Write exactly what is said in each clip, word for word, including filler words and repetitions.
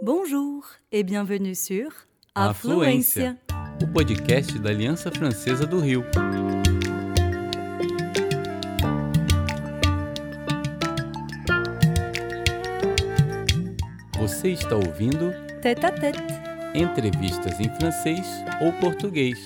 Bonjour et bienvenue sur Afluência, o podcast da Aliança Francesa do Rio. Você está ouvindo Tête à Tête. entrevistas em francês ou português.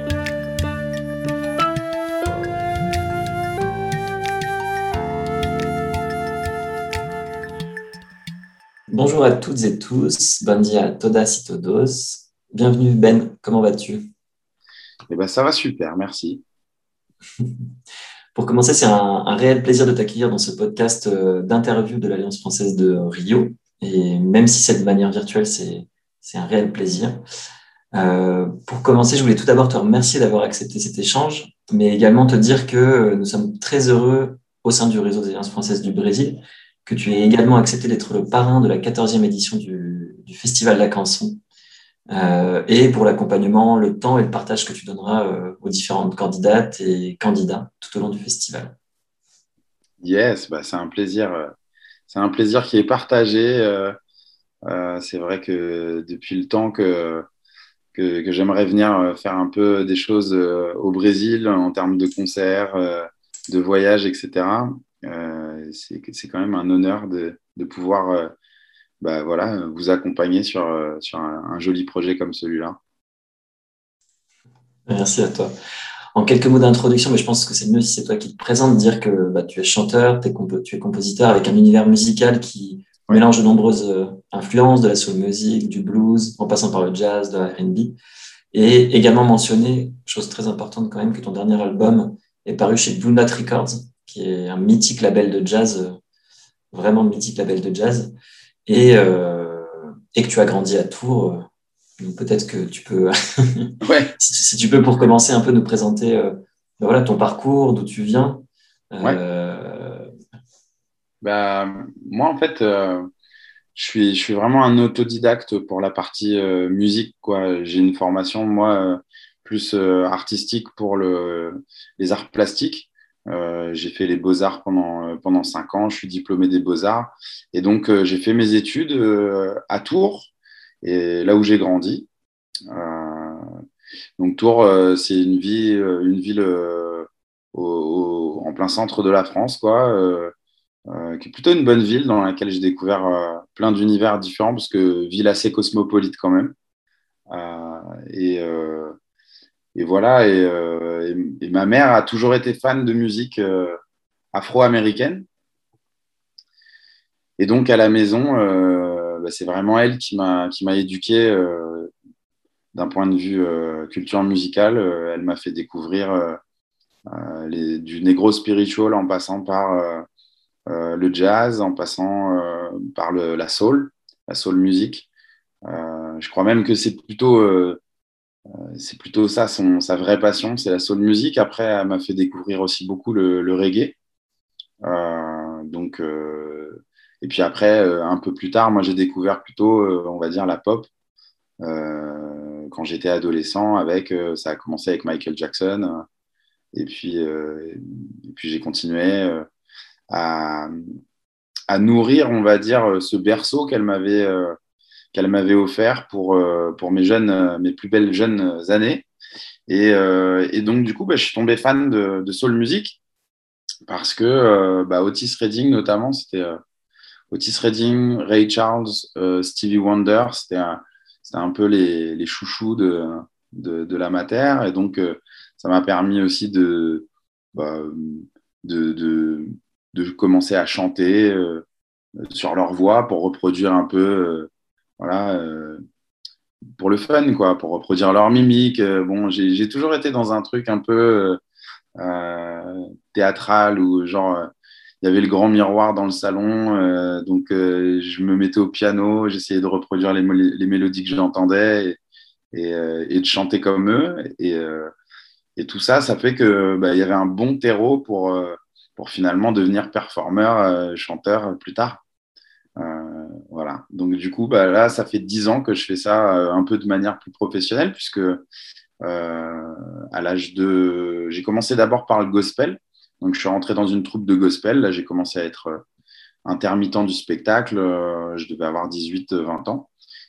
Bonjour à toutes et tous, bon dia a todas e todos. Bienvenue Ben, comment vas-tu? Eh ben, ça va super, merci. Pour commencer, c'est un, un réel plaisir de t'accueillir dans ce podcast euh, d'interview de l'Alliance française de Rio. Et même si c'est de manière virtuelle, c'est, c'est un réel plaisir. Euh, pour commencer, je voulais tout d'abord te remercier d'avoir accepté cet échange, mais également te dire que nous sommes très heureux au sein du réseau des Alliances françaises du Brésil, que tu aies également accepté d'être le parrain de la quatorzième édition du, du Festival de la Canção, euh, et pour l'accompagnement, le temps et le partage que tu donneras euh, aux différentes candidates et candidats tout au long du festival. Yes, bah, c'est un plaisir, euh, c'est un plaisir qui est partagé. euh, euh, c'est vrai que depuis le temps que, que, que j'aimerais venir euh, faire un peu des choses euh, au Brésil en termes de concerts, euh, de voyages, et cetera. Euh, c'est, c'est quand même un honneur de, de pouvoir euh, bah, voilà, vous accompagner sur, euh, sur un, un joli projet comme celui-là. Merci à toi. En quelques mots d'introduction, mais je pense que c'est mieux si c'est toi qui te présentes, dire que bah, tu es chanteur, t'es compo- tu es compositeur avec un univers musical qui Ouais. mélange de nombreuses euh, influences, de la soul music, du blues, en passant par le jazz, de la R and B. Et également mentionner, chose très importante quand même, que ton dernier album est paru chez Blue Note Records, qui est un mythique label de jazz, euh, vraiment mythique label de jazz, et, euh, et que tu as grandi à Tours. euh, Donc peut-être que tu peux, Ouais, si, si tu peux pour commencer un peu nous présenter euh, ben voilà, ton parcours, d'où tu viens. ouais. Euh, Bah, moi, en fait, euh, je suis, je suis vraiment un autodidacte pour la partie euh, musique, quoi. J'ai une formation, moi, euh, plus euh, artistique pour le, les arts plastiques. Euh, j'ai fait les beaux-arts pendant, euh, pendant cinq ans. Je suis diplômé des beaux-arts. Et donc, euh, j'ai fait mes études euh, à Tours, et là où j'ai grandi. Euh, donc, Tours, euh, c'est une vie, euh, une ville euh, au- au- en plein centre de la France, quoi. Euh, euh, qui est plutôt une bonne ville dans laquelle j'ai découvert euh, plein d'univers différents, parce que ville assez cosmopolite quand même. Euh, et, euh, et voilà, et, euh, et- et ma mère a toujours été fan de musique euh, afro-américaine. Et donc à la maison, euh, bah, c'est vraiment elle qui m'a qui m'a éduqué euh, d'un point de vue euh, culture musicale. Euh, elle m'a fait découvrir euh, euh, les, du negro spiritual en passant par euh, euh, le jazz, en passant euh, par le, la soul, la soul music. Euh, je crois même que c'est plutôt, euh, c'est plutôt ça, son, sa vraie passion, c'est la soul music. Après, elle m'a fait découvrir aussi beaucoup le, le reggae. Euh, donc, euh, et puis après, euh, un peu plus tard, moi, j'ai découvert plutôt, euh, on va dire, la pop. Euh, quand j'étais adolescent, avec, euh, ça a commencé avec Michael Jackson. Euh, et puis, euh, et puis j'ai continué euh, à, à nourrir, on va dire, ce berceau qu'elle m'avait euh, qu'elle m'avait offert pour, euh, pour mes jeunes, euh, mes plus belles jeunes années. Et, euh, et donc, du coup, bah, je suis tombé fan de, de soul music parce que euh, bah, Otis Redding, notamment, c'était euh, Otis Redding, Ray Charles, euh, Stevie Wonder, c'était un, c'était un peu les, les chouchous de, de, de la matière. Et donc, euh, ça m'a permis aussi de, bah, de, de, de commencer à chanter euh, sur leur voix pour reproduire un peu, euh, voilà, euh, pour le fun, quoi, pour reproduire leur mimique. Euh, bon, j'ai, j'ai toujours été dans un truc un peu euh, théâtral où, genre, euh, il y avait le grand miroir dans le salon, euh, donc euh, je me mettais au piano, j'essayais de reproduire les, mo- les mélodies que j'entendais et, et, euh, et de chanter comme eux. Et, euh, et tout ça, ça fait que bah, il y avait un bon terreau pour, euh, pour finalement devenir performeur, euh, chanteur plus tard. Euh, voilà. Donc, du coup, bah, là, ça fait dix ans que je fais ça euh, un peu de manière plus professionnelle, puisque euh, à l'âge de. J'ai commencé d'abord par le gospel. Donc, je suis rentré dans une troupe de gospel. Là, j'ai commencé à être euh, intermittent du spectacle. Euh, je devais avoir dix-huit, vingt ans.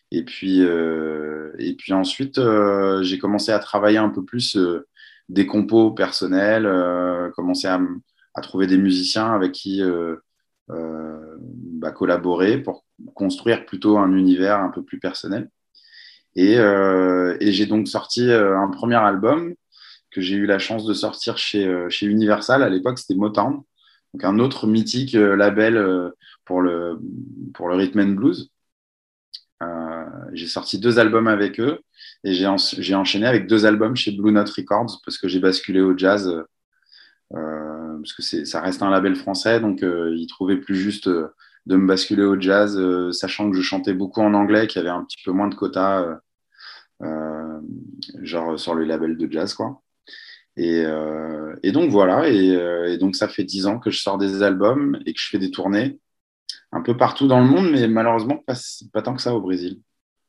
Et puis, euh, et puis ensuite, euh, j'ai commencé à travailler un peu plus euh, des compos personnels, euh, commencé à, à trouver des musiciens avec qui euh, euh, bah, collaborer pour construire plutôt un univers un peu plus personnel. Et, euh, et j'ai donc sorti euh, un premier album que j'ai eu la chance de sortir chez, euh, chez Universal. À l'époque, c'était Motown, donc un autre mythique euh, label euh, pour, le, pour le rhythm and blues. Euh, j'ai sorti deux albums avec eux et j'ai, en, j'ai enchaîné avec deux albums chez Blue Note Records parce que j'ai basculé au jazz, euh, parce que c'est, ça reste un label français, donc euh, ils trouvaient plus juste euh, de me basculer au jazz, euh, sachant que je chantais beaucoup en anglais, qu'il y avait un petit peu moins de quotas, euh, euh, genre sur le label de jazz, quoi. Et, euh, et donc voilà, et, euh, et donc ça fait dix ans que je sors des albums et que je fais des tournées un peu partout dans le monde, mais malheureusement pas, pas tant que ça au Brésil.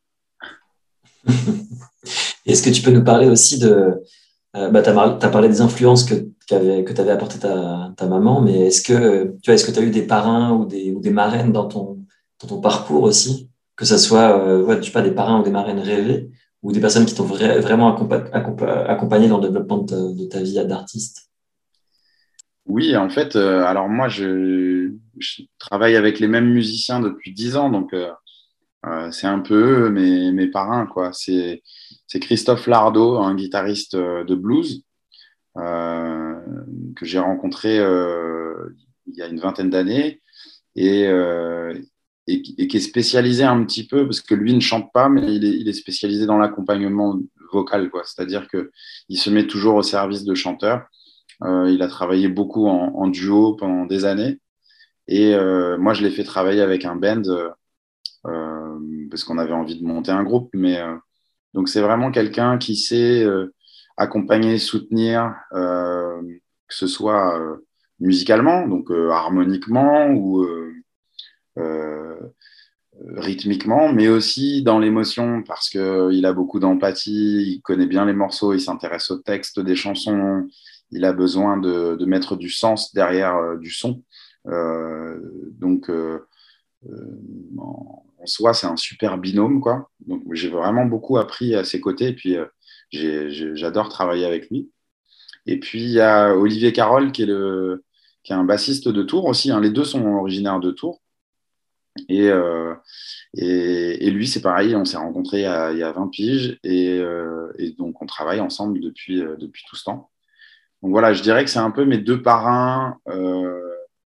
Est-ce que tu peux nous parler aussi de... Euh, bah, tu as parlé des influences que, qu'avait, que t'avais apporté ta, ta maman, mais est-ce que tu vois, est-ce que tu as eu des parrains ou des, ou des marraines dans ton, dans ton parcours aussi? Que ce soit euh, ouais, je sais pas, des parrains ou des marraines rêvées, ou des personnes qui t'ont vra- vraiment accompa- accompa- accompagné dans le développement de ta, de ta vie d'artiste? Oui, en fait, euh, alors moi, je, je travaille avec les mêmes musiciens depuis dix ans, donc euh, euh, c'est un peu eux, mes, mes parrains, quoi. C'est, c'est Christophe Lardo, un guitariste euh, de blues, euh, que j'ai rencontré euh, il y a une vingtaine d'années et, euh, et, et qui est spécialisé un petit peu, parce que lui ne chante pas, mais il est, il est spécialisé dans l'accompagnement vocal, quoi. C'est-à-dire qu'il se met toujours au service de chanteurs. Euh, il a travaillé beaucoup en, en duo pendant des années. Et euh, moi, je l'ai fait travailler avec un band euh, parce qu'on avait envie de monter un groupe. Mais euh, donc, c'est vraiment quelqu'un qui sait euh, accompagner, soutenir, euh, que ce soit euh, musicalement, donc euh, harmoniquement ou euh, euh, rythmiquement, mais aussi dans l'émotion parce qu'il a beaucoup d'empathie, il connaît bien les morceaux, il s'intéresse au texte des chansons, il a besoin de, de mettre du sens derrière euh, du son. Euh, donc, euh, euh, en, en soi, c'est un super binôme, quoi. Donc, j'ai vraiment beaucoup appris à ses côtés, et puis euh, j'ai, j'ai, j'adore travailler avec lui. Et puis, il y a Olivier Carole, qui est, le, qui est un bassiste de Tours aussi, hein. Les deux sont originaires de Tours. Et, euh, et, et, lui, c'est pareil, on s'est rencontrés il y a, il y a vingt piges et, euh, et donc on travaille ensemble depuis, euh, depuis tout ce temps. Donc voilà, je dirais que c'est un peu mes deux parrains euh,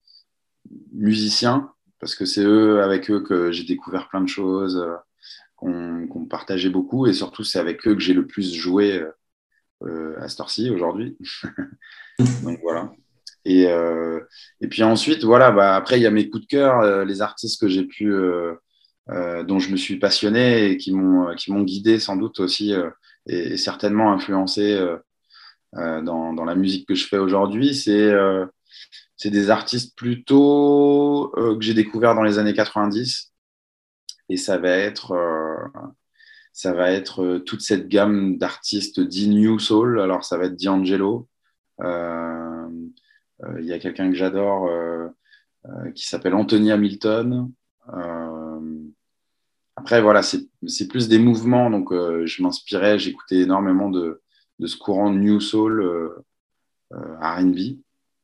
musiciens, parce que c'est eux, avec eux que j'ai découvert plein de choses, euh, qu'on, qu'on partageait beaucoup, et surtout c'est avec eux que j'ai le plus joué euh, à cette heure-ci aujourd'hui. Donc voilà. Et, euh, et puis ensuite, voilà, bah, après il y a mes coups de cœur, euh, les artistes que j'ai pu... Euh, Euh, dont je me suis passionné et qui m'ont, qui m'ont guidé sans doute aussi euh, et, et certainement influencé euh, euh, dans, dans la musique que je fais aujourd'hui. C'est, euh, c'est des artistes plutôt euh, que j'ai découverts dans les années quatre-vingt-dix et ça va être, euh, ça va être euh, toute cette gamme d'artistes dits New Soul. Alors ça va être D'Angelo. Euh, euh, Il y a quelqu'un que j'adore euh, euh, qui s'appelle Anthony Hamilton. Euh, Après, voilà, c'est, c'est plus des mouvements. Donc, euh, je m'inspirais, j'écoutais énormément de, de ce courant New Soul, euh, euh, R and B.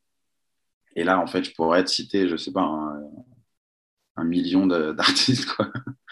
Et là, en fait, je pourrais te citer, je sais pas, un, un million de, d'artistes, quoi.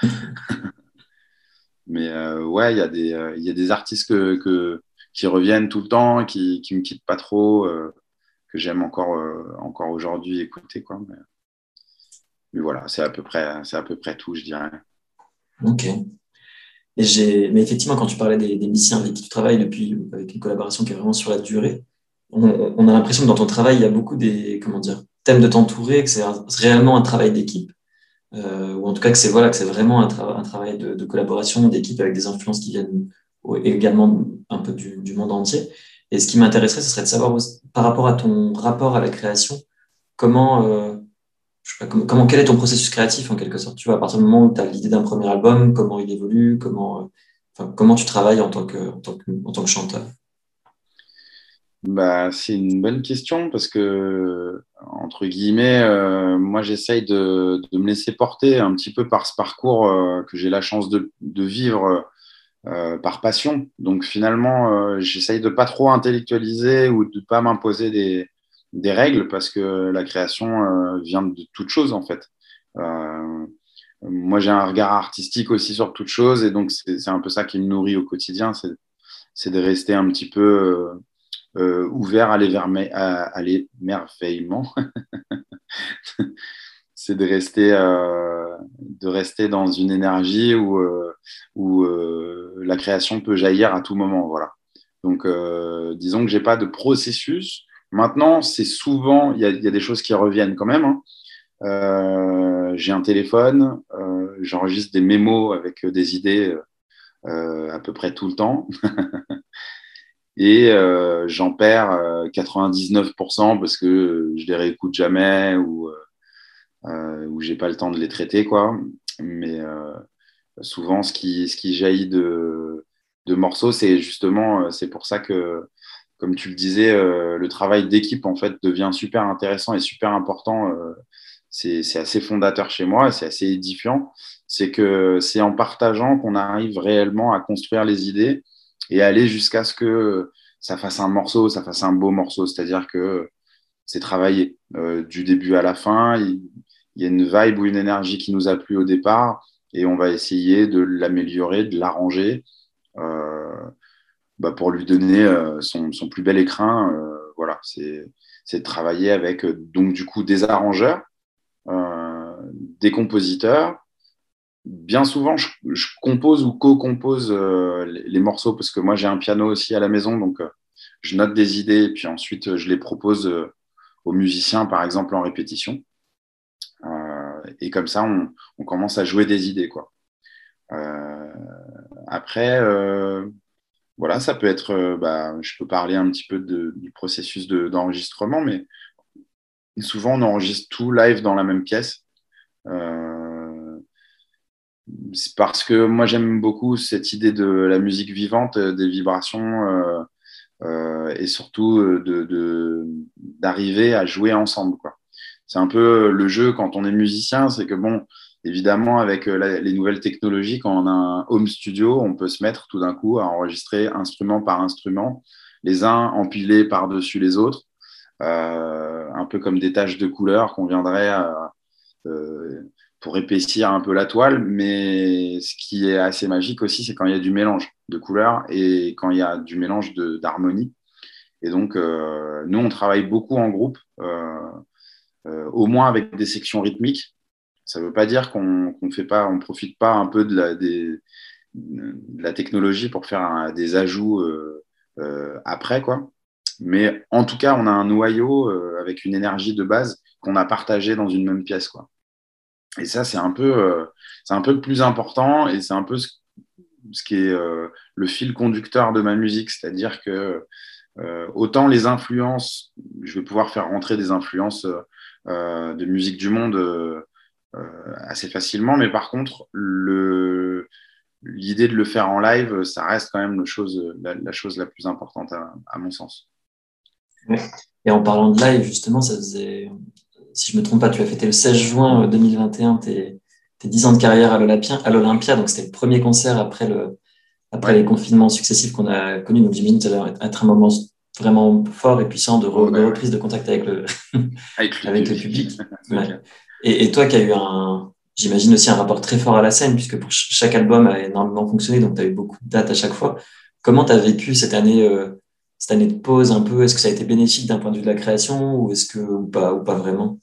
Mais euh, ouais, il y a des, euh, il y a des artistes que, que, qui reviennent tout le temps, qui ne me quittent pas trop, euh, que j'aime encore, euh, encore aujourd'hui écouter, quoi. Mais, mais voilà, c'est à peu près, c'est à peu près tout, je dirais. Ok. Et j'ai, mais effectivement, quand tu parlais des, des musiciens avec qui tu travailles depuis, avec une collaboration qui est vraiment sur la durée, on, on a l'impression que dans ton travail, il y a beaucoup des, comment dire, thèmes de t'entourer, que c'est un- réellement un travail d'équipe, euh, ou en tout cas que c'est voilà, que c'est vraiment un, tra- un travail de, de collaboration, d'équipe avec des influences qui viennent au- également un peu du, du monde entier. Et ce qui m'intéresserait, ce serait de savoir aussi, par rapport à ton rapport à la création, comment, euh, je sais pas, comment, comment- quel est ton processus créatif en quelque sorte? Tu vois, à partir du moment où tu as l'idée d'un premier album, comment il évolue, comment, euh, enfin, comment tu travailles en tant que, en tant que, en tant que chanteur? Bah, c'est une bonne question parce que, entre guillemets, euh, moi, j'essaye de, de me laisser porter un petit peu par ce parcours euh, que j'ai la chance de, de vivre euh, par passion. Donc, finalement, euh, j'essaye de pas trop intellectualiser ou de pas m'imposer des, des règles parce que la création euh, vient de toute chose, en fait. Euh, Moi, j'ai un regard artistique aussi sur toute chose et donc, c'est, c'est un peu ça qui me nourrit au quotidien, c'est, c'est de rester un petit peu... euh, euh, ouvert à l'émerveillement, à, à l'émerveillement. C'est de rester, euh, de rester dans une énergie où, euh, où euh, la création peut jaillir à tout moment. Voilà. Donc, euh, disons que j'ai pas de processus. Maintenant, c'est souvent, il y a, y a des choses qui reviennent quand même. Hein. Euh, j'ai un téléphone, euh, j'enregistre des mémos avec des idées euh, à peu près tout le temps. Et euh, j'en perds euh, quatre-vingt-dix-neuf pour cent parce que je les réécoute jamais ou, euh, ou j'ai pas le temps de les traiter, quoi. Mais euh, souvent, ce qui, ce qui jaillit de, de morceaux, c'est justement, c'est pour ça que, comme tu le disais, euh, le travail d'équipe, en fait, devient super intéressant et super important. Euh, c'est, c'est assez fondateur chez moi, c'est assez édifiant. C'est que c'est en partageant qu'on arrive réellement à construire les idées et aller jusqu'à ce que ça fasse un morceau, ça fasse un beau morceau. C'est-à-dire que c'est travaillé euh, du début à la fin. Il, il y a une vibe ou une énergie qui nous a plu au départ et on va essayer de l'améliorer, de l'arranger euh, bah, pour lui donner euh, son, son plus bel écrin. Euh, voilà, c'est, c'est de travailler avec donc du coup des arrangeurs, euh, des compositeurs. Bien souvent, je, je compose ou co-compose euh, les, les morceaux parce que moi, j'ai un piano aussi à la maison, donc euh, je note des idées et puis ensuite, euh, je les propose euh, aux musiciens, par exemple, en répétition. Euh, et comme ça, on, on commence à jouer des idées, quoi. Euh, après, euh, voilà, ça peut être, euh, bah, je peux parler un petit peu de, du processus de, d'enregistrement, mais souvent, on enregistre tout live dans la même pièce. Euh, C'est parce que moi, j'aime beaucoup cette idée de la musique vivante, euh, des vibrations euh, euh, et surtout euh, de, de, d'arriver à jouer ensemble, quoi. C'est un peu le jeu quand on est musicien, c'est que bon, évidemment, avec euh, la, les nouvelles technologies, quand on a un home studio, on peut se mettre tout d'un coup à enregistrer instrument par instrument, les uns empilés par-dessus les autres, euh, un peu comme des taches de couleur qu'on viendrait à, euh, pour épaissir un peu la toile. Mais ce qui est assez magique aussi, c'est quand il y a du mélange de couleurs et quand il y a du mélange de, d'harmonie. Et donc, euh, nous, on travaille beaucoup en groupe, euh, euh, au moins avec des sections rythmiques. Ça ne veut pas dire qu'on qu'on fait pas, on profite pas un peu de la, des, de la technologie pour faire un, des ajouts euh, euh, après, quoi. Mais en tout cas, on a un noyau euh, avec une énergie de base qu'on a partagé dans une même pièce, quoi. Et ça, c'est un peu, euh, c'est un peu le plus important et c'est un peu ce, ce qui est euh, le fil conducteur de ma musique. C'est-à-dire que euh, autant les influences, je vais pouvoir faire rentrer des influences euh, de musique du monde euh, euh, assez facilement, mais par contre, le, l'idée de le faire en live, ça reste quand même le chose, la, la chose la plus importante à, à mon sens. Ouais. Et en parlant de live, justement, ça faisait, si je me trompe pas, tu as fêté le seize juin deux mille vingt et un tes, tes dix ans de carrière à l'Olympia, à l'Olympia, donc c'était le premier concert après, le, après ouais. les confinements successifs qu'on a connus. Donc j'imagine que ça va être un moment vraiment fort et puissant de, re, ouais, de reprise ouais. de contact avec le, avec le avec public. Le public. Ouais. Et, et toi qui as eu un, j'imagine aussi un rapport très fort à la scène, puisque pour ch- chaque album a énormément fonctionné, donc tu as eu beaucoup de dates à chaque fois. Comment tu as vécu cette année euh, cette année de pause un peu? Est-ce que ça a été bénéfique d'un point de vue de la création ou est-ce que ou pas ou pas vraiment?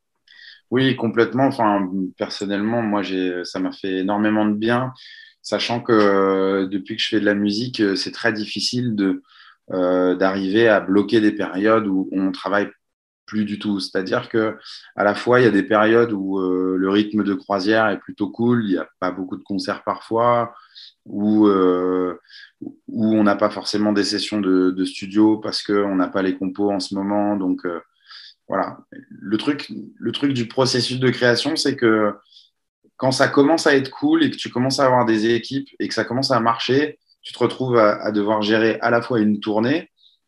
Oui, complètement. Enfin, personnellement, moi, j'ai, ça m'a fait énormément de bien, sachant que euh, depuis que je fais de la musique, euh, c'est très difficile de euh, d'arriver à bloquer des périodes où on travaille plus du tout. C'est-à-dire que à la fois, il y a des périodes où euh, le rythme de croisière est plutôt cool, il n'y a pas beaucoup de concerts parfois, où, euh, où on n'a pas forcément des sessions de, de studio parce qu'on n'a pas les compos en ce moment. Donc, euh, voilà. Le truc, le truc du processus de création, c'est que quand ça commence à être cool et que tu commences à avoir des équipes et que ça commence à marcher, tu te retrouves à, à devoir gérer à la fois une tournée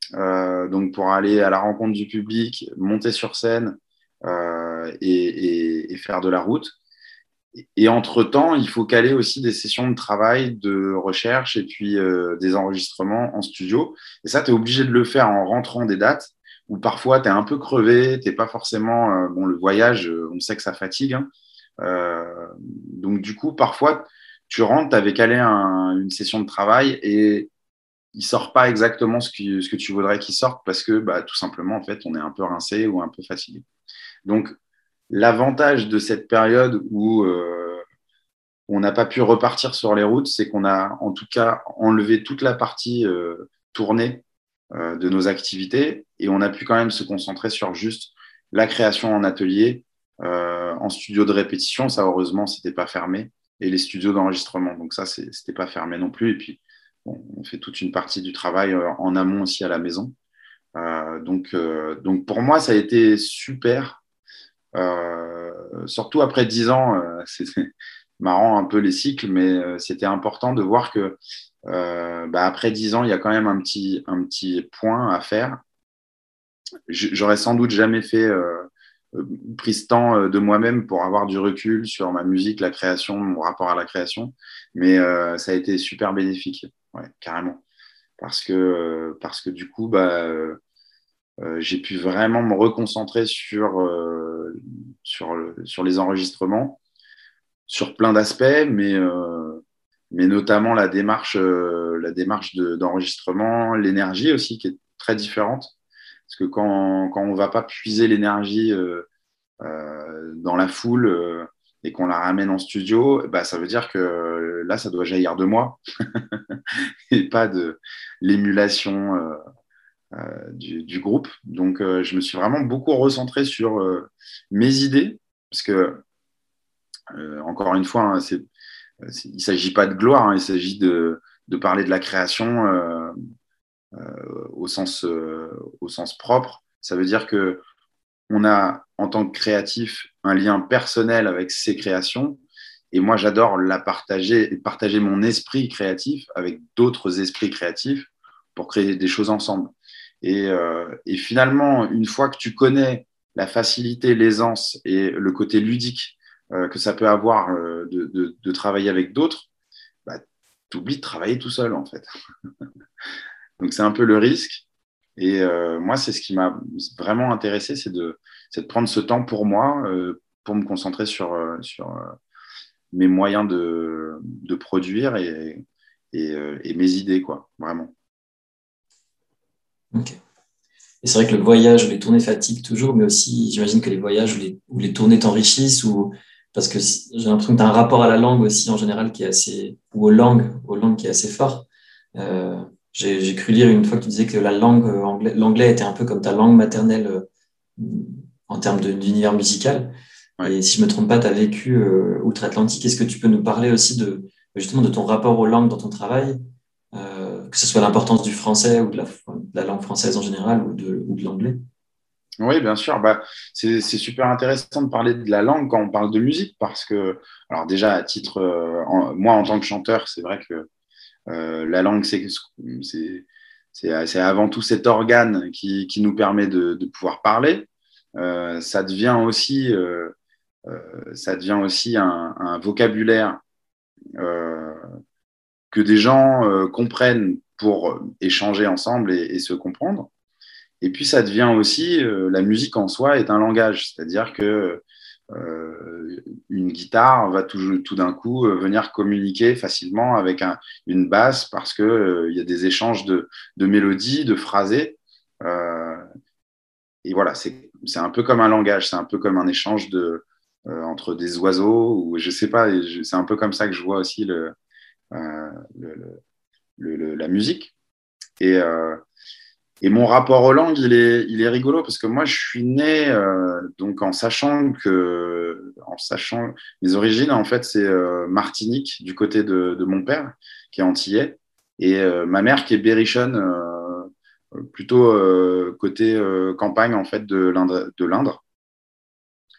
euh, donc pour aller à la rencontre du public, monter sur scène euh, et, et, et faire de la route. Et entre-temps, il faut caler aussi des sessions de travail, de recherche et puis euh, des enregistrements en studio. Et ça, tu es obligé de le faire en rentrant des dates où parfois tu es un peu crevé, tu n'es pas forcément… Euh, bon, le voyage, on sait que ça fatigue. Hein. Euh, donc, du coup, parfois, tu rentres, tu avais calé un, une session de travail et il ne sort pas exactement ce que, ce que tu voudrais qu'il sorte parce que bah, tout simplement, en fait, on est un peu rincé ou un peu fatigué. Donc, l'avantage de cette période où euh, on n'a pas pu repartir sur les routes, c'est qu'on a en tout cas enlevé toute la partie euh, tournée euh, de nos activités et on a pu quand même se concentrer sur juste la création en atelier, euh, en studio de répétition. Ça, heureusement, c'était pas fermé. Et les studios d'enregistrement. Donc ça, c'est, c'était pas fermé non plus. Et puis, bon, on fait toute une partie du travail euh, en amont aussi à la maison. Euh, donc, euh, donc, pour moi, ça a été super. Euh, surtout après dix ans, euh, c'est marrant un peu les cycles, mais euh, c'était important de voir que euh, bah, après dix ans, il y a quand même un petit, un petit point à faire. J'aurais sans doute jamais fait euh, pris ce temps de moi-même pour avoir du recul sur ma musique, la création, mon rapport à la création, mais euh, ça a été super bénéfique, ouais, carrément, parce que, parce que du coup, bah, euh, Euh, j'ai pu vraiment me reconcentrer sur, euh, sur, le, sur les enregistrements, sur plein d'aspects, mais, euh, mais notamment la démarche, euh, la démarche de, d'enregistrement, l'énergie aussi, qui est très différente. Parce que quand, quand on ne va pas puiser l'énergie euh, euh, dans la foule euh, et qu'on la ramène en studio, bah, ça veut dire que euh, là, ça doit jaillir de moi et pas de l'émulation. Euh, euh, du, du groupe. Donc, euh, je me suis vraiment beaucoup recentré sur euh, mes idées, parce que, euh, encore une fois, hein, c'est, c'est, il ne s'agit pas de gloire, hein, il s'agit de, de parler de la création euh, euh, au sens, euh, au sens propre. Ça veut dire que on a, en tant que créatif, un lien personnel avec ses créations. Et moi, j'adore la partager, partager mon esprit créatif avec d'autres esprits créatifs pour créer des choses ensemble. Et, euh, et finalement, une fois que tu connais la facilité, l'aisance et le côté ludique euh, que ça peut avoir euh, de, de, de travailler avec d'autres, bah, tu oublies de travailler tout seul, en fait. Donc, c'est un peu le risque. Et euh, moi, c'est ce qui m'a vraiment intéressé, c'est de, c'est de prendre ce temps pour moi, euh, pour me concentrer sur, euh, sur euh, mes moyens de, de produire et, et, euh, et mes idées, quoi, vraiment. Ok. Et c'est vrai que le voyage ou les tournées fatiguent toujours, mais aussi, j'imagine que les voyages ou les, ou les tournées t'enrichissent, ou, parce que j'ai l'impression que tu as un rapport à la langue aussi en général qui est assez, ou aux langues, aux langues qui est assez fort. Euh, j'ai, j'ai cru lire une fois que tu disais que la langue euh, anglais, l'anglais était un peu comme ta langue maternelle euh, en termes de, d'univers musical. Ouais. Et si je me trompe pas, tu as vécu euh, outre-Atlantique. Est-ce que tu peux nous parler aussi de, justement de ton rapport aux langues dans ton travail? Euh, que ce soit l'importance du français ou de la, de la langue française en général ou de, ou de l'anglais. Oui, bien sûr. Bah, c'est, c'est super intéressant de parler de la langue quand on parle de musique parce que, alors déjà, à titre, euh, en, moi en tant que chanteur, c'est vrai que euh, la langue, c'est, c'est, c'est, c'est avant tout cet organe qui, qui nous permet de, de pouvoir parler. Euh, ça devient aussi, euh, euh, ça devient aussi un, un vocabulaire euh, que des gens euh, comprennent pour échanger ensemble et, et se comprendre. Et puis, ça devient aussi, euh, la musique en soi est un langage, c'est-à-dire que euh, une guitare va tout, tout d'un coup euh, venir communiquer facilement avec un, une basse parce qu'il euh, y a des échanges de, de mélodies, de phrasés. Euh, et voilà, c'est, c'est un peu comme un langage, c'est un peu comme un échange de, euh, entre des oiseaux, ou je sais pas, je, c'est un peu comme ça que je vois aussi le, euh, le, le, le, la musique. Et, euh, Et mon rapport aux langues, il est, il est rigolo parce que moi, je suis né euh, donc en sachant que, en sachant mes origines, en fait, c'est euh, Martinique du côté de, de mon père qui est antillais et euh, ma mère qui est berrichonne, euh, plutôt euh, côté euh, campagne en fait de l'Indre, de l'Indre.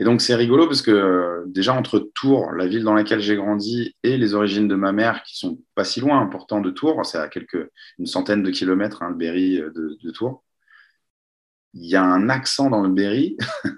Et donc, c'est rigolo parce que euh, déjà, entre Tours, la ville dans laquelle j'ai grandi, et les origines de ma mère, qui sont pas si loin, pourtant, de Tours, c'est à quelques, une centaine de kilomètres, hein, le Berry de, de Tours, il y a un accent dans le Berry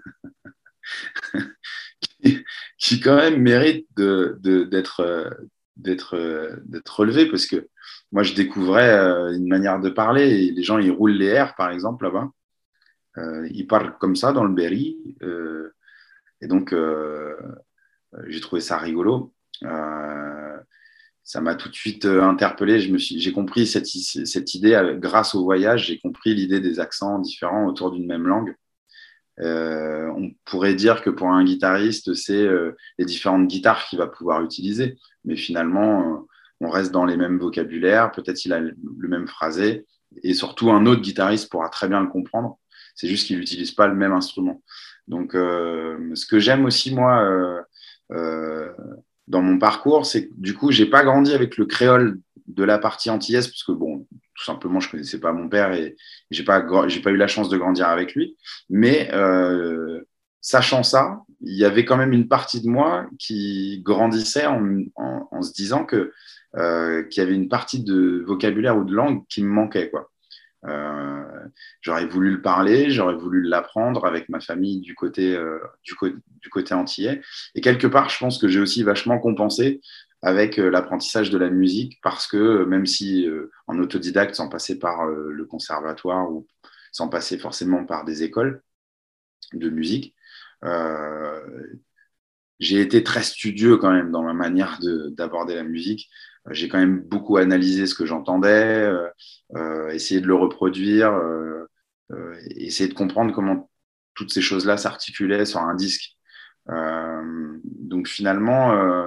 qui, qui, quand même, mérite de, de, d'être, euh, d'être, euh, d'être relevé parce que moi, je découvrais euh, une manière de parler et les gens, ils roulent les R, par exemple, là-bas. Euh, ils parlent comme ça dans le Berry. Euh, et donc, euh, j'ai trouvé ça rigolo. Euh, ça m'a tout de suite interpellé. Je me suis, j'ai compris cette, cette idée, grâce au voyage, j'ai compris l'idée des accents différents autour d'une même langue. Euh, on pourrait dire que pour un guitariste, c'est euh, les différentes guitares qu'il va pouvoir utiliser. Mais finalement, euh, on reste dans les mêmes vocabulaires. Peut-être il a le, le même phrasé. Et surtout, un autre guitariste pourra très bien le comprendre. C'est juste qu'il n'utilise pas le même instrument. Donc, euh, ce que j'aime aussi, moi, euh, euh, dans mon parcours, c'est que du coup, je n'ai pas grandi avec le créole de la partie antillaise, parce que, bon, tout simplement, je ne connaissais pas mon père et je n'ai pas, j'ai pas eu la chance de grandir avec lui. Mais euh, sachant ça, il y avait quand même une partie de moi qui grandissait en, en, en se disant que, euh, qu'il y avait une partie de vocabulaire ou de langue qui me manquait, quoi. Euh, j'aurais voulu le parler, j'aurais voulu l'apprendre avec ma famille du côté, euh, du, co- du côté antillais. Et quelque part, je pense que j'ai aussi vachement compensé avec euh, l'apprentissage de la musique parce que euh, même si euh, en autodidacte, sans passer par euh, le conservatoire ou sans passer forcément par des écoles de musique, euh, j'ai été très studieux quand même dans ma manière de, d'aborder la musique. J'ai quand même beaucoup analysé ce que j'entendais, euh, euh, essayé de le reproduire, euh, euh, essayer de comprendre comment toutes ces choses-là s'articulaient sur un disque. Euh, donc finalement, euh,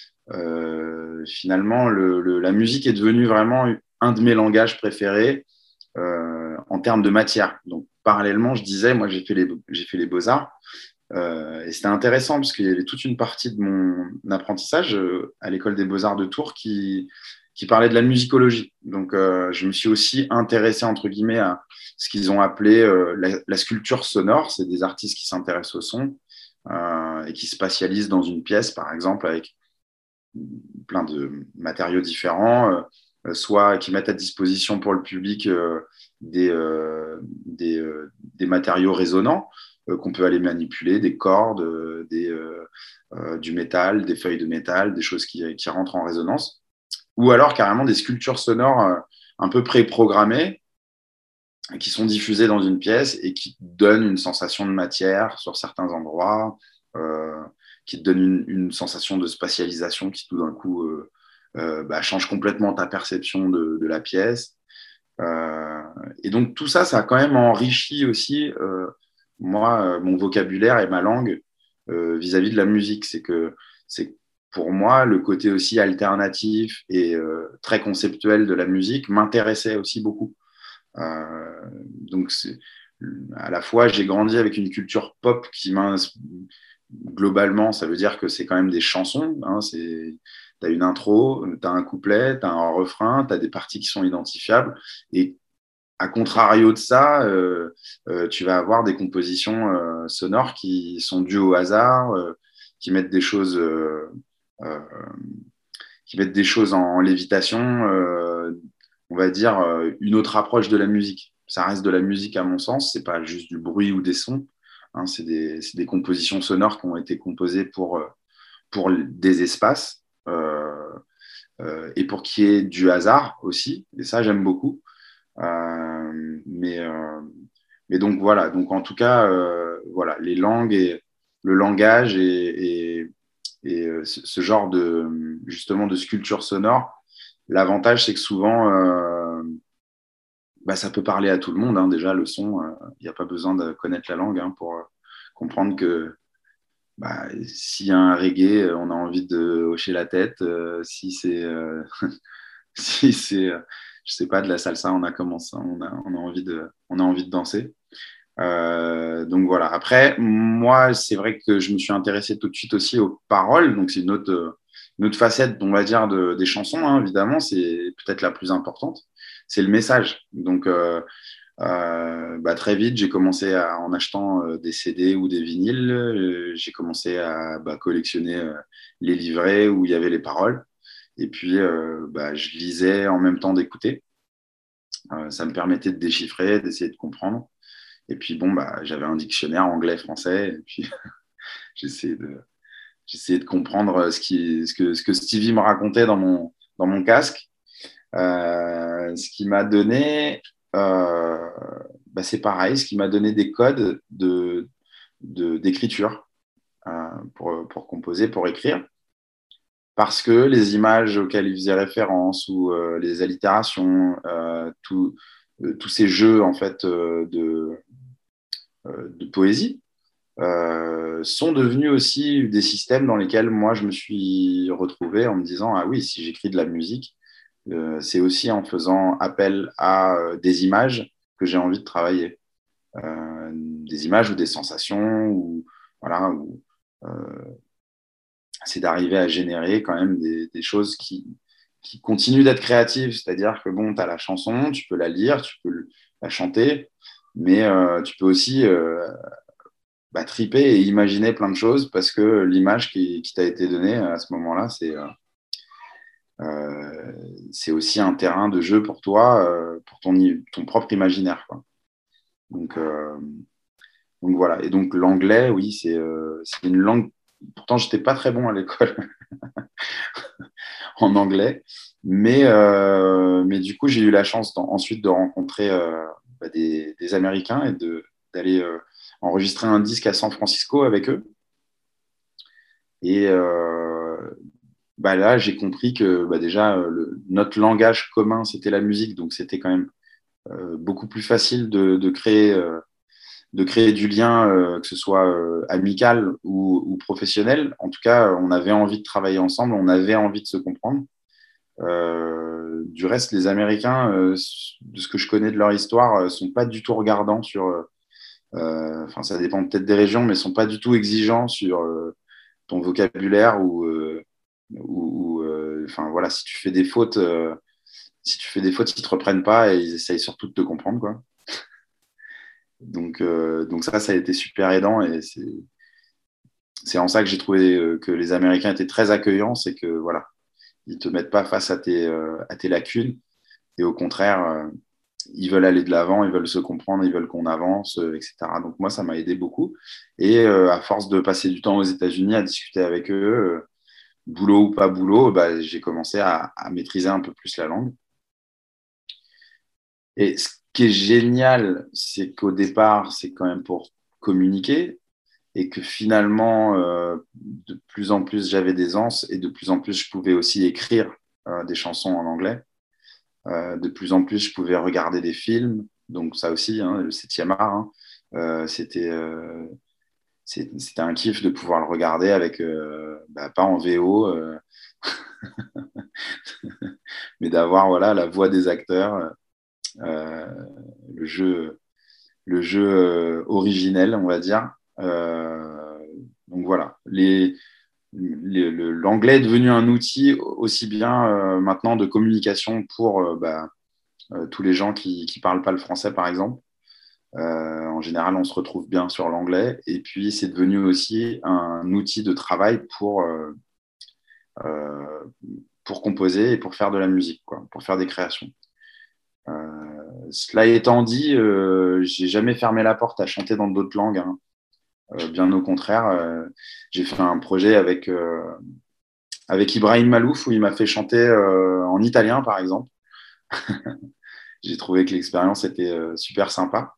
euh, finalement le, le, la musique est devenue vraiment un de mes langages préférés euh, en termes de matière. Donc parallèlement, je disais, moi j'ai fait les, j'ai fait les beaux-arts. Euh, et c'était intéressant parce qu'il y avait toute une partie de mon apprentissage euh, à l'école des Beaux-Arts de Tours qui, qui parlait de la musicologie. Donc, euh, je me suis aussi intéressé, entre guillemets, à ce qu'ils ont appelé euh, la, la sculpture sonore. C'est des artistes qui s'intéressent au son euh, et qui spatialisent dans une pièce, par exemple, avec plein de matériaux différents, euh, soit qui mettent à disposition pour le public euh, des, euh, des, euh, des matériaux résonnants, qu'on peut aller manipuler, des cordes, euh, des, euh, euh, du métal, des feuilles de métal, des choses qui, qui rentrent en résonance, ou alors carrément des sculptures sonores euh, un peu préprogrammées qui sont diffusées dans une pièce et qui donnent une sensation de matière sur certains endroits, euh, qui te donnent une, une sensation de spatialisation qui tout d'un coup euh, euh, bah, change complètement ta perception de, de la pièce. Euh, et donc tout ça, ça a quand même enrichi aussi euh, moi, euh, mon vocabulaire et ma langue euh, vis-à-vis de la musique. C'est que c'est pour moi le côté aussi alternatif et euh, très conceptuel de la musique m'intéressait aussi beaucoup. Euh, donc, c'est, à la fois, j'ai grandi avec une culture pop qui m'a globalement, ça veut dire que c'est quand même des chansons. Hein, c'est, t'as une intro, t'as un couplet, t'as un refrain, t'as des parties qui sont identifiables et à contrario de ça, euh, euh, tu vas avoir des compositions euh, sonores qui sont dues au hasard, euh, qui mettent des choses, euh, euh, qui mettent des choses en, en lévitation. Euh, on va dire euh, une autre approche de la musique. Ça reste de la musique à mon sens. C'est pas juste du bruit ou des sons. Hein, c'est des, c'est des compositions sonores qui ont été composées pour pour des espaces euh, euh, et pour qu'il y ait du hasard aussi. Et ça, j'aime beaucoup. Euh, mais, euh, mais donc voilà, donc en tout cas, euh, voilà, les langues et le langage et, et, et euh, ce, ce genre de justement de sculpture sonore, l'avantage c'est que souvent, euh, bah, ça peut parler à tout le monde. Hein, déjà, le son, il euh, n'y a pas besoin de connaître la langue hein, pour euh, comprendre que bah, s'il y a un reggae, on a envie de hocher la tête. Euh, si c'est euh, si c'est euh, je sais pas, de la salsa, on a commencé, on a, on a envie de, on a envie de danser. Euh, donc voilà. Après, moi, c'est vrai que je me suis intéressé tout de suite aussi aux paroles. Donc c'est une autre, une autre facette, on va dire, de, des chansons. Hein, évidemment, c'est peut-être la plus importante. C'est le message. Donc euh, Euh, bah, très vite, j'ai commencé à, en achetant euh, des C D ou des vinyles, euh, j'ai commencé à bah, collectionner euh, les livrets où il y avait les paroles. Et puis, euh, bah, je lisais en même temps d'écouter. Euh, ça me permettait de déchiffrer, d'essayer de comprendre. Et puis, bon, bah, j'avais un dictionnaire anglais-français. Et puis, j'essayais de, j'essayais de comprendre ce, qui, ce, que, ce que Stevie me racontait dans mon, dans mon casque. Euh, ce qui m'a donné, euh, bah, c'est pareil, ce qui m'a donné des codes de, de, d'écriture euh, pour, pour composer, pour écrire. Parce que les images auxquelles il faisait référence ou euh, les allitérations, euh, tout, euh, tous ces jeux en fait euh, de, euh, de poésie euh, sont devenus aussi des systèmes dans lesquels moi je me suis retrouvé en me disant ah oui, si j'écris de la musique, euh, c'est aussi en faisant appel à euh, des images que j'ai envie de travailler. Euh, des images ou des sensations ou voilà ou, euh, c'est d'arriver à générer quand même des, des choses qui, qui continuent d'être créatives. C'est-à-dire que bon, tu as la chanson, tu peux la lire, tu peux la chanter, mais euh, tu peux aussi euh, bah, triper et imaginer plein de choses parce que l'image qui, qui t'a été donnée à ce moment-là, c'est euh, euh, c'est aussi un terrain de jeu pour toi, euh, pour ton, ton propre imaginaire, quoi. Donc, euh, donc voilà. Et donc l'anglais, oui, c'est euh, c'est une langue. Pourtant, j'étais pas très bon à l'école en anglais, mais euh, mais du coup, j'ai eu la chance d'en- ensuite de rencontrer euh, bah, des, des Américains et de d'aller euh, enregistrer un disque à San Francisco avec eux. Et euh, bah là, j'ai compris que bah déjà euh, le- notre langage commun, c'était la musique, donc c'était quand même euh, beaucoup plus facile de, de créer euh, de créer du lien, euh, que ce soit euh, amical ou, ou professionnel. En tout cas, on avait envie de travailler ensemble, on avait envie de se comprendre. Euh, du reste, les Américains, euh, de ce que je connais de leur histoire, ne sont pas du tout regardants sur. euh, Enfin, ça dépend peut-être des régions, mais ne sont pas du tout exigeants sur euh, ton vocabulaire ou. euh, ou, ou, euh, enfin voilà, si tu fais des fautes, euh, si tu fais des fautes, ils te reprennent pas et ils essayent surtout de te comprendre, quoi. Donc, euh, donc ça, ça a été super aidant et c'est c'est en ça que j'ai trouvé euh, que les Américains étaient très accueillants, c'est que voilà, ils te mettent pas face à tes, euh, à tes lacunes et au contraire, euh, ils veulent aller de l'avant, ils veulent se comprendre, ils veulent qu'on avance, euh, et cetera. Donc moi, ça m'a aidé beaucoup. Et euh, à force de passer du temps aux États-Unis à discuter avec eux, euh, boulot ou pas boulot, bah, j'ai commencé à, à maîtriser un peu plus la langue. Et ce qui est génial, c'est qu'au départ, c'est quand même pour communiquer et que finalement, euh, de plus en plus, j'avais des anses et de plus en plus, je pouvais aussi écrire euh, des chansons en anglais. Euh, de plus en plus, je pouvais regarder des films. Donc ça aussi, hein, le septième art, hein, euh, c'était euh, c'est- c'était un kiff de pouvoir le regarder avec, euh, bah, pas en V O, euh, mais d'avoir voilà, la voix des acteurs, euh, le jeu, le jeu euh, originel, on va dire. Euh, donc voilà, les, les- le- l'anglais est devenu un outil aussi bien euh, maintenant de communication pour euh, bah, euh, tous les gens qui ne parlent pas le français, par exemple. Euh, en général, on se retrouve bien sur l'anglais. Et puis, c'est devenu aussi un outil de travail pour, euh, euh, pour composer et pour faire de la musique, quoi, pour faire des créations. Euh, cela étant dit, euh, j'ai jamais fermé la porte à chanter dans d'autres langues, hein. Euh, bien au contraire, euh, j'ai fait un projet avec, euh, avec Ibrahim Malouf où il m'a fait chanter euh, en italien, par exemple. J'ai trouvé que l'expérience était euh, super sympa.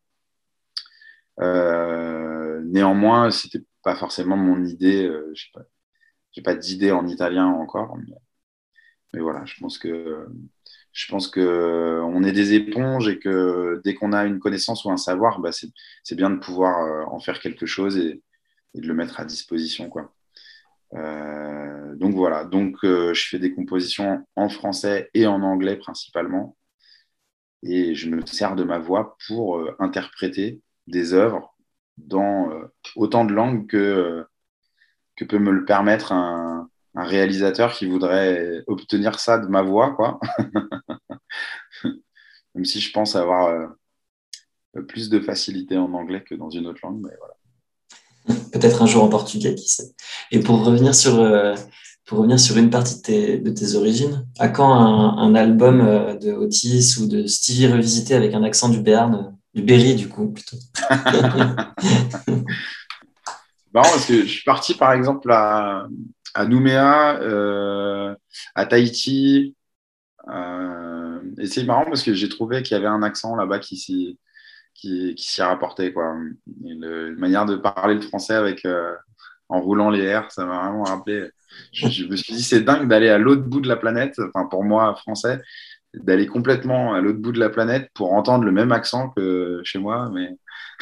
Euh, néanmoins, c'était pas forcément mon idée. Euh, je n'ai pas, j'ai pas d'idée en italien encore, mais, mais voilà, je pense que je pense que euh, on est des éponges et que dès qu'on a une connaissance ou un savoir, bah, c'est, c'est bien de pouvoir euh, en faire quelque chose et, et de le mettre à disposition, quoi. Euh, donc voilà, donc euh, je fais des compositions en français et en anglais principalement, et je me sers de ma voix pour euh, interpréter des œuvres dans euh, autant de langues que, euh, que peut me le permettre un, un réalisateur qui voudrait obtenir ça de ma voix, quoi. Même si je pense avoir euh, plus de facilité en anglais que dans une autre langue. Mais voilà. Peut-être un jour en portugais, qui sait. Et pour revenir sur, euh, pour revenir sur une partie de tes, de tes origines, à quand un, un album euh, de Otis ou de Stevie revisité avec un accent du Béarn, euh, du Berry du coup, plutôt? Marrant parce que je suis parti par exemple à, à Nouméa, euh, à Tahiti. Euh, et c'est marrant parce que j'ai trouvé qu'il y avait un accent là-bas qui s'y, qui, qui s'y rapportait, quoi. Et le, une manière de parler le français avec, euh, en roulant les R, ça m'a vraiment rappelé. Je, je me suis dit, c'est dingue d'aller à l'autre bout de la planète, enfin pour moi, français, d'aller complètement à l'autre bout de la planète pour entendre le même accent que chez moi. Mais...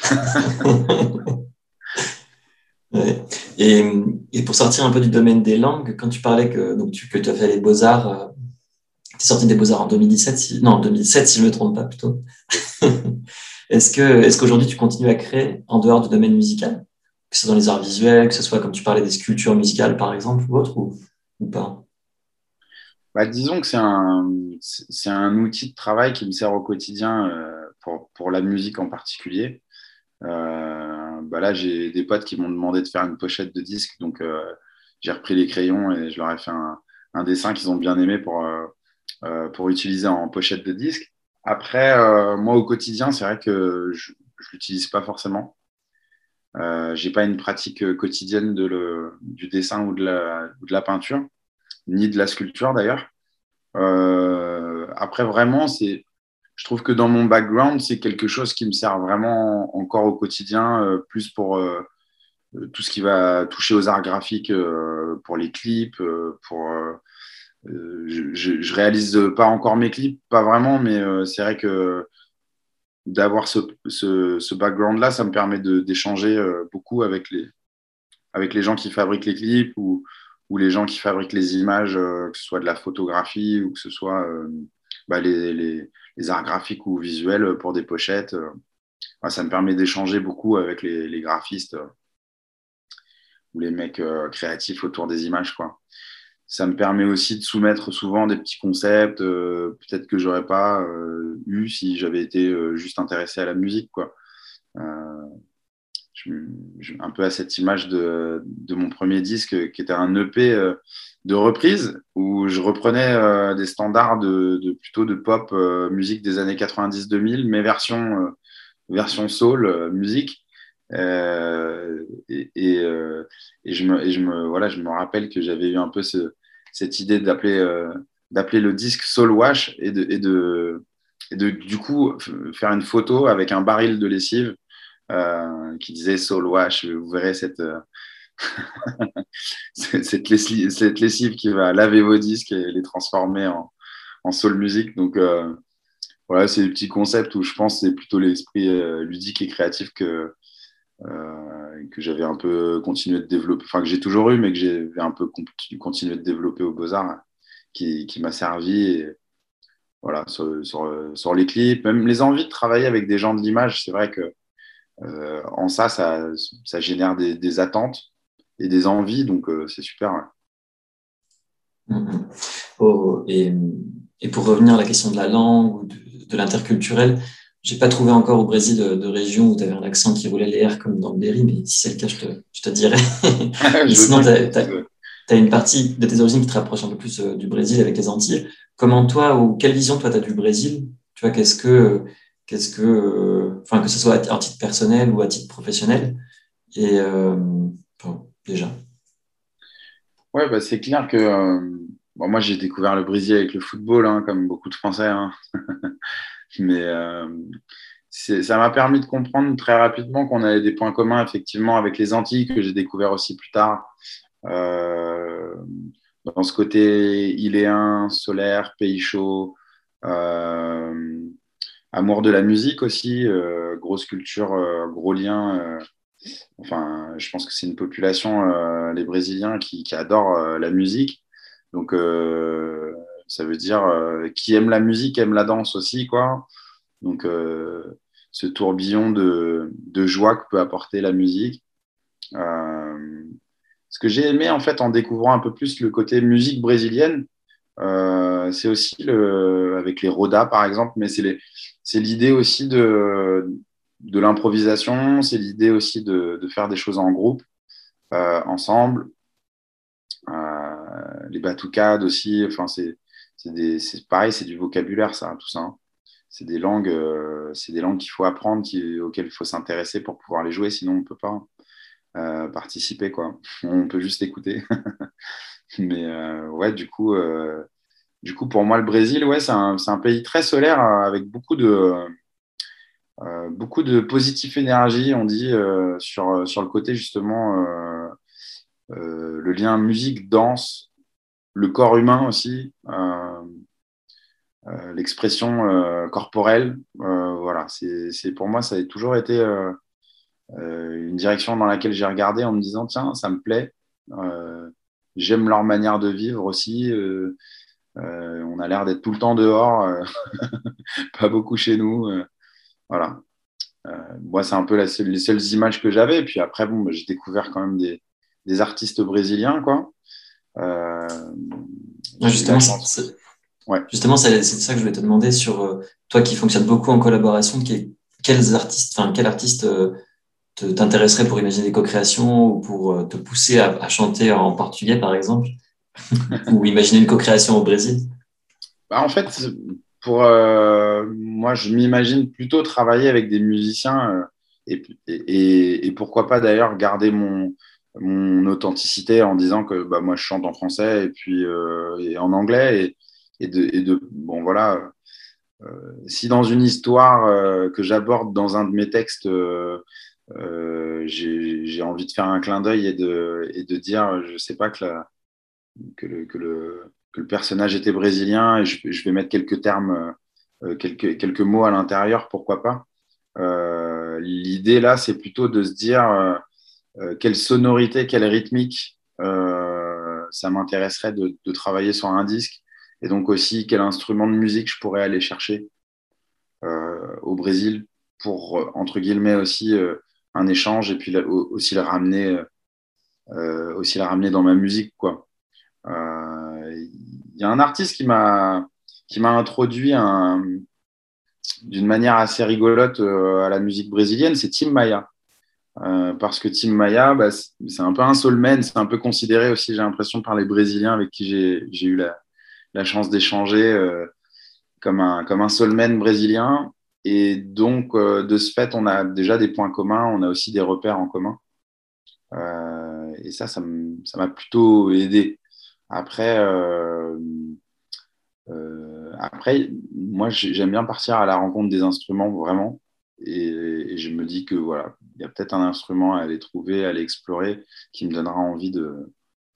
Ouais. Et, et pour sortir un peu du domaine des langues, quand tu parlais que, donc tu, que tu as fait les beaux-arts, euh, tu es sorti des beaux-arts en deux mille dix-sept, si, non, en deux mille sept si je ne me trompe pas plutôt. Est-ce que, est-ce qu'aujourd'hui tu continues à créer en dehors du domaine musical, que ce soit dans les arts visuels, que ce soit comme tu parlais des sculptures musicales par exemple ou autre, ou, ou pas? Bah, disons que c'est un, c'est un outil de travail qui me sert au quotidien euh, pour, pour la musique en particulier. Euh, bah là, j'ai des potes qui m'ont demandé de faire une pochette de disque, donc euh, j'ai repris les crayons et je leur ai fait un, un dessin qu'ils ont bien aimé pour, euh, euh, pour utiliser en pochette de disque. Après, euh, moi, au quotidien, c'est vrai que je ne l'utilise pas forcément. Euh, je n'ai pas une pratique quotidienne de le, du dessin ou de, la, ou de la peinture, ni de la sculpture d'ailleurs. Euh, après, vraiment, c'est, je trouve que dans mon background, c'est quelque chose qui me sert vraiment encore au quotidien, euh, plus pour euh, tout ce qui va toucher aux arts graphiques, euh, pour les clips, euh, pour... Euh, je, je, je réalise pas encore mes clips, pas vraiment, mais euh, c'est vrai que d'avoir ce, ce, ce background-là, ça me permet de, d'échanger euh, beaucoup avec les, avec les gens qui fabriquent les clips ou, ou les gens qui fabriquent les images, euh, que ce soit de la photographie ou que ce soit euh, bah, les, les, les arts graphiques ou visuels pour des pochettes. Euh, bah, ça me permet d'échanger beaucoup avec les, les graphistes euh, ou les mecs euh, créatifs autour des images, quoi. Ça me permet aussi de soumettre souvent des petits concepts, euh, peut-être que j'aurais pas euh, eu si j'avais été euh, juste intéressé à la musique, quoi. Euh, je, je, un peu à cette image de, de mon premier disque qui était un E P euh, de reprise où je reprenais euh, des standards de, de plutôt de pop euh, musique des années quatre-vingt-dix deux mille, mais version, euh, version soul euh, musique. Euh, et, et, euh, et, je me, et je, me, voilà, je me rappelle que j'avais eu un peu ce, cette idée d'appeler, euh, d'appeler le disque Soul Wash et de, et, de, et de du coup faire une photo avec un baril de lessive euh, qui disait Soul Wash. Vous verrez cette, euh, cette, lessive, cette lessive qui va laver vos disques et les transformer en, en soul music. Donc euh, voilà, c'est des petits concepts où je pense que c'est plutôt l'esprit euh, ludique et créatif que Euh, que j'avais un peu continué de développer, enfin que j'ai toujours eu, mais que j'ai un peu continué de développer aux Beaux-Arts, qui, qui m'a servi. Et, voilà, sur, sur, sur les clips, même les envies de travailler avec des gens de l'image, c'est vrai que euh, en ça, ça, ça génère des, des attentes et des envies, donc euh, c'est super. Ouais. Mm-hmm. Oh, et, et pour revenir à la question de la langue ou de, de l'interculturel, j'ai pas trouvé encore au Brésil de, de région où tu avais un accent qui roulait les R comme dans le Berry, mais si c'est le cas, je te, je te dirais. Mais sinon, tu as une partie de tes origines qui te rapproche un peu plus euh, du Brésil avec les Antilles. Comment toi, ou quelle vision toi tu as du Brésil? Tu vois, qu'est-ce que, qu'est-ce que, euh, enfin, que ce soit à titre personnel ou à titre professionnel, et euh, enfin, déjà. Ouais, bah, c'est clair que euh, bon, moi j'ai découvert le Brésil avec le football, hein, comme beaucoup de Français, hein. Mais euh, ça m'a permis de comprendre très rapidement qu'on avait des points communs effectivement avec les Antilles, que j'ai découvert aussi plus tard. Euh, dans ce côté iléen, solaire, pays chaud, euh, amour de la musique aussi, euh, grosse culture, euh, gros lien. Euh, enfin, je pense que c'est une population, euh, les Brésiliens, qui, qui adorent euh, la musique. Donc, euh, ça veut dire euh, qui aime la musique aime la danse aussi, quoi. Donc, euh, ce tourbillon de, de joie que peut apporter la musique. Euh, ce que j'ai aimé, en fait, en découvrant un peu plus le côté musique brésilienne, euh, c'est aussi le, avec les rodas, par exemple, mais c'est les, c'est l'idée aussi de, de l'improvisation, c'est l'idée aussi de, de faire des choses en groupe, euh, ensemble. Euh, les batucades aussi, enfin, c'est, c'est, des, c'est pareil, c'est du vocabulaire, ça, tout ça. Hein. C'est des langues, euh, c'est des langues qu'il faut apprendre, qui, auxquelles il faut s'intéresser pour pouvoir les jouer, sinon on ne peut pas euh, participer, quoi. On peut juste écouter. Mais euh, ouais, du coup, euh, du coup, pour moi, le Brésil, ouais, c'est un, c'est un pays très solaire euh, avec beaucoup de, euh, beaucoup de positive énergie, on dit, euh, sur, sur le côté justement, euh, euh, le lien musique, danse, le corps humain aussi, euh, euh, l'expression euh, corporelle. Euh, voilà, c'est, c'est, pour moi, ça a toujours été euh, euh, une direction dans laquelle j'ai regardé en me disant, tiens, ça me plaît. Euh, j'aime leur manière de vivre aussi. Euh, euh, on a l'air d'être tout le temps dehors, euh, pas beaucoup chez nous. Euh, voilà. Euh, moi, c'est un peu la seule, les seules images que j'avais. Et puis après, bon, bah, j'ai découvert quand même des, des artistes brésiliens, quoi. Euh, Ouais, justement, c'est, c'est, ouais. justement, c'est, c'est ça que je voulais te demander sur euh, toi qui fonctionne beaucoup en collaboration. Qui, quels artistes, enfin, quel artiste euh, te, t'intéresserait pour imaginer des co-créations ou pour euh, te pousser à, à chanter en portugais, par exemple, ou imaginer une co-création au Brésil? Bah, en fait, pour euh, moi, je m'imagine plutôt travailler avec des musiciens euh, et, et, et pourquoi pas d'ailleurs garder mon, mon authenticité en disant que bah, moi je chante en français et puis euh, et en anglais et, et, de, et de bon voilà. Euh, si dans une histoire euh, que j'aborde dans un de mes textes, euh, euh, j'ai, j'ai envie de faire un clin d'œil et de, et de dire, je sais pas que la, que le, que le, que le personnage était brésilien et je, je vais mettre quelques termes, euh, quelques, quelques mots à l'intérieur, pourquoi pas. Euh, l'idée là, c'est plutôt de se dire euh, quelle sonorité, quelle rythmique euh, ça m'intéresserait de, de travailler sur un disque et donc aussi quel instrument de musique je pourrais aller chercher euh, au Brésil pour, entre guillemets, aussi euh, un échange et puis la, aussi, le ramener, euh, aussi le ramener dans ma musique, quoi. Il euh, y a un artiste qui m'a qui m'a introduit un, d'une manière assez rigolote euh, à la musique brésilienne, c'est Tim Maia. Euh, parce que Tim Maia, bah, c'est, c'est un peu un soulman, c'est un peu considéré aussi, j'ai l'impression, par les Brésiliens avec qui j'ai, j'ai eu la, la chance d'échanger euh, comme un, comme un soulman brésilien. Et donc, euh, de ce fait, on a déjà des points communs, on a aussi des repères en commun. Euh, et ça, ça m'a plutôt aidé. Après, euh, euh, après, moi, j'aime bien partir à la rencontre des instruments, vraiment. Et, et je me dis que voilà, il y a peut-être un instrument à aller trouver, à aller explorer, qui me donnera envie de,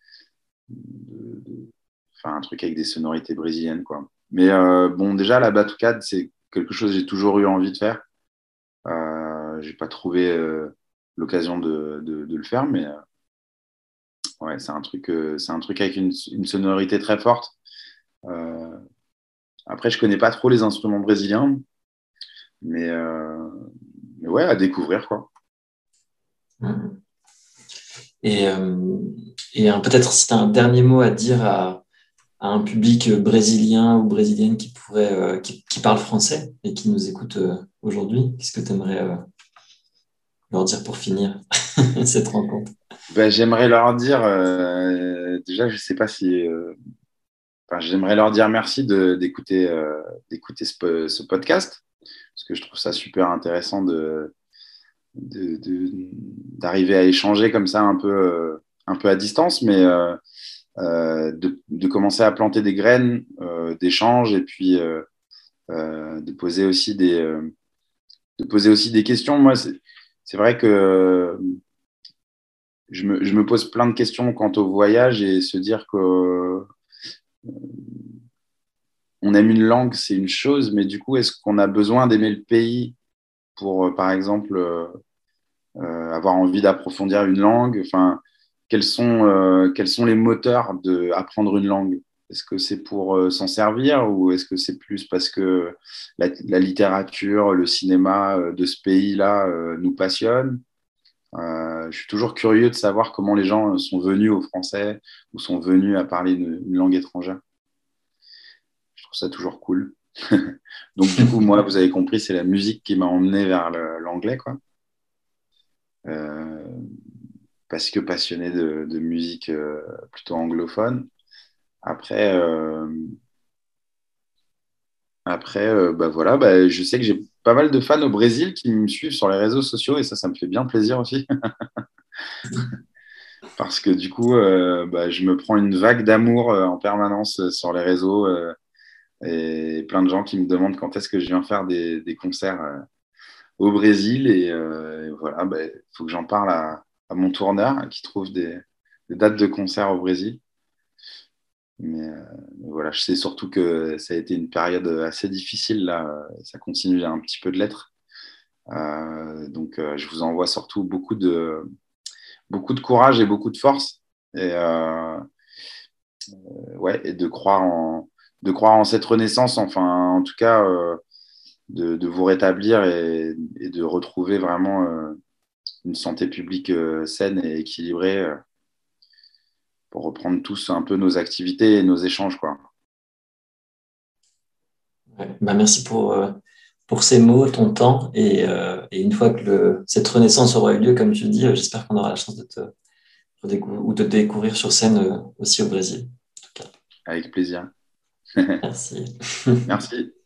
de, de faire un truc avec des sonorités brésiliennes, quoi. Mais euh, bon, déjà, la batucade, c'est quelque chose que j'ai toujours eu envie de faire. Euh, j'ai pas trouvé euh, l'occasion de, de, de le faire, mais euh, ouais, c'est un truc, euh, c'est un truc avec une, une sonorité très forte. Euh, après, je connais pas trop les instruments brésiliens, mais, euh, mais ouais, à découvrir, quoi. Et, euh, et euh, peut-être si tu as un dernier mot à dire à, à un public brésilien ou brésilienne qui pourrait, euh, qui, qui parle français et qui nous écoute euh, aujourd'hui, qu'est-ce que tu aimerais euh, leur dire pour finir cette rencontre? Ben, j'aimerais leur dire, euh, déjà, je sais pas si, euh, enfin, j'aimerais leur dire merci de, d'écouter, euh, d'écouter ce, ce podcast, parce que je trouve ça super intéressant de, de, de, d'arriver à échanger comme ça un peu, euh, un peu à distance, mais euh, euh, de, de commencer à planter des graines euh, d'échange et puis euh, euh, de poser aussi des, euh, de poser aussi des questions. Moi, c'est, c'est vrai que je me, je me pose plein de questions quant au voyage et se dire que euh, on aime une langue, c'est une chose, mais du coup, est-ce qu'on a besoin d'aimer le pays pour, euh, par exemple, euh, euh, avoir envie d'approfondir une langue? Enfin, quels sont, euh, quels sont les moteurs d'apprendre une langue? Est-ce que c'est pour euh, s'en servir ou est-ce que c'est plus parce que la, la littérature, le cinéma euh, de ce pays-là euh, nous passionne? Euh, je suis toujours curieux de savoir comment les gens sont venus au français ou sont venus à parler une, une langue étrangère. Je trouve ça toujours cool. Donc, du coup, moi, vous avez compris, c'est la musique qui m'a emmené vers le- l'anglais, quoi. Euh, parce que passionné de, de musique euh, plutôt anglophone. Après, euh, après euh, bah voilà, bah, je sais que j'ai pas mal de fans au Brésil qui me suivent sur les réseaux sociaux et ça, ça me fait bien plaisir aussi. Parce que du coup, euh, bah, je me prends une vague d'amour euh, en permanence euh, sur les réseaux euh, et plein de gens qui me demandent quand est-ce que je viens faire des, des concerts euh, au Brésil. Et, euh, et voilà, bah, il faut que j'en parle à, à mon tourneur hein, qui trouve des, des dates de concerts au Brésil. Mais euh, voilà, je sais surtout que ça a été une période assez difficile là. Ça continue un petit peu de l'être. Euh, donc, euh, je vous envoie surtout beaucoup de, beaucoup de courage et beaucoup de force. Et, euh, ouais, et de croire en, de croire en cette renaissance, enfin, en tout cas, euh, de, de vous rétablir et, et de retrouver vraiment euh, une santé publique euh, saine et équilibrée euh, pour reprendre tous un peu nos activités et nos échanges, quoi. Ouais. Bah, merci pour, euh, pour ces mots, ton temps. Et, euh, et une fois que le, cette renaissance aura eu lieu, comme tu dis, euh, j'espère qu'on aura la chance de te redécou- ou de te découvrir sur scène euh, aussi au Brésil. En tout cas, Avec plaisir. merci. Merci.